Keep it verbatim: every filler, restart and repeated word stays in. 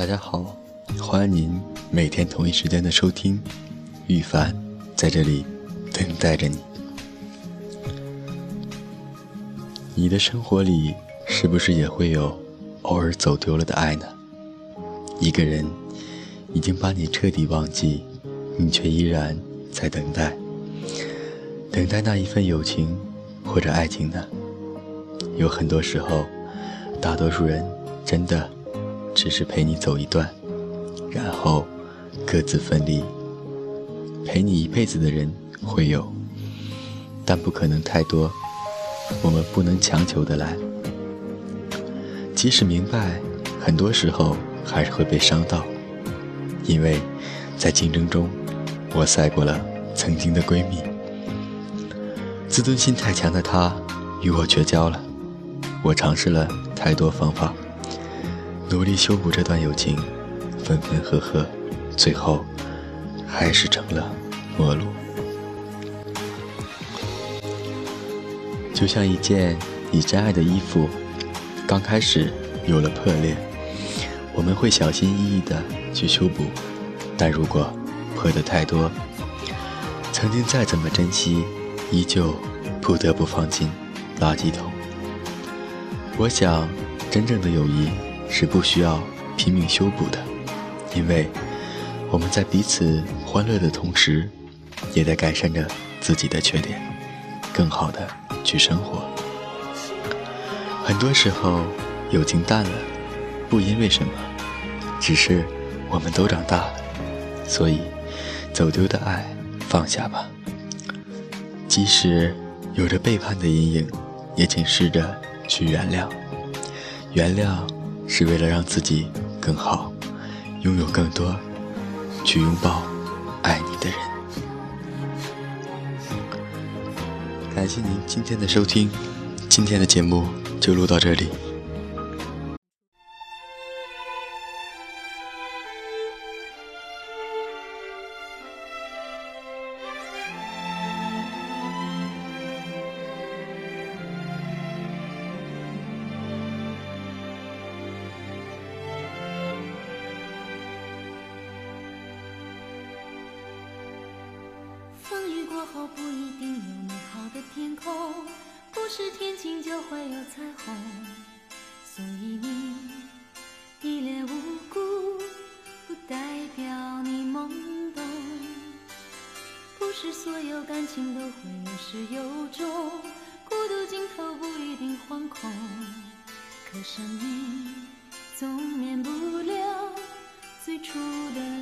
大家好，欢迎您每天同一时间的收听，羽凡在这里等待着你。你的生活里是不是也会有偶尔走丢了的爱呢？一个人已经把你彻底忘记，你却依然在等待，等待那一份友情或者爱情呢？有很多时候，大多数人真的只是陪你走一段，然后各自分离。陪你一辈子的人会有，但不可能太多，我们不能强求的来。即使明白，很多时候还是会被伤到，因为在竞争中，我赛过了曾经的闺蜜。自尊心太强的她与我绝交了，我尝试了太多方法，努力修补这段友情，分分合合，最后还是成了陌路。就像一件你真爱的衣服，刚开始有了破裂，我们会小心翼翼地去修补，但如果破得太多，曾经再怎么珍惜，依旧不得不放进垃圾桶。我想，真正的友谊是不需要拼命修补的，因为我们在彼此欢乐的同时，也在改善着自己的缺点，更好的去生活。很多时候，友情淡了，不因为什么，只是我们都长大了，所以走丢的爱放下吧。即使有着背叛的阴影，也请试着去原谅。原谅是为了让自己更好，拥有更多，去拥抱爱你的人。感谢您今天的收听，今天的节目就录到这里。 风雨过后不一定有美好的天空，不是天晴就会有彩虹，所以你一脸无辜不代表你懵懂，不是所有感情都会有始有终，孤独尽头不一定惶恐，可生命总免不了最初的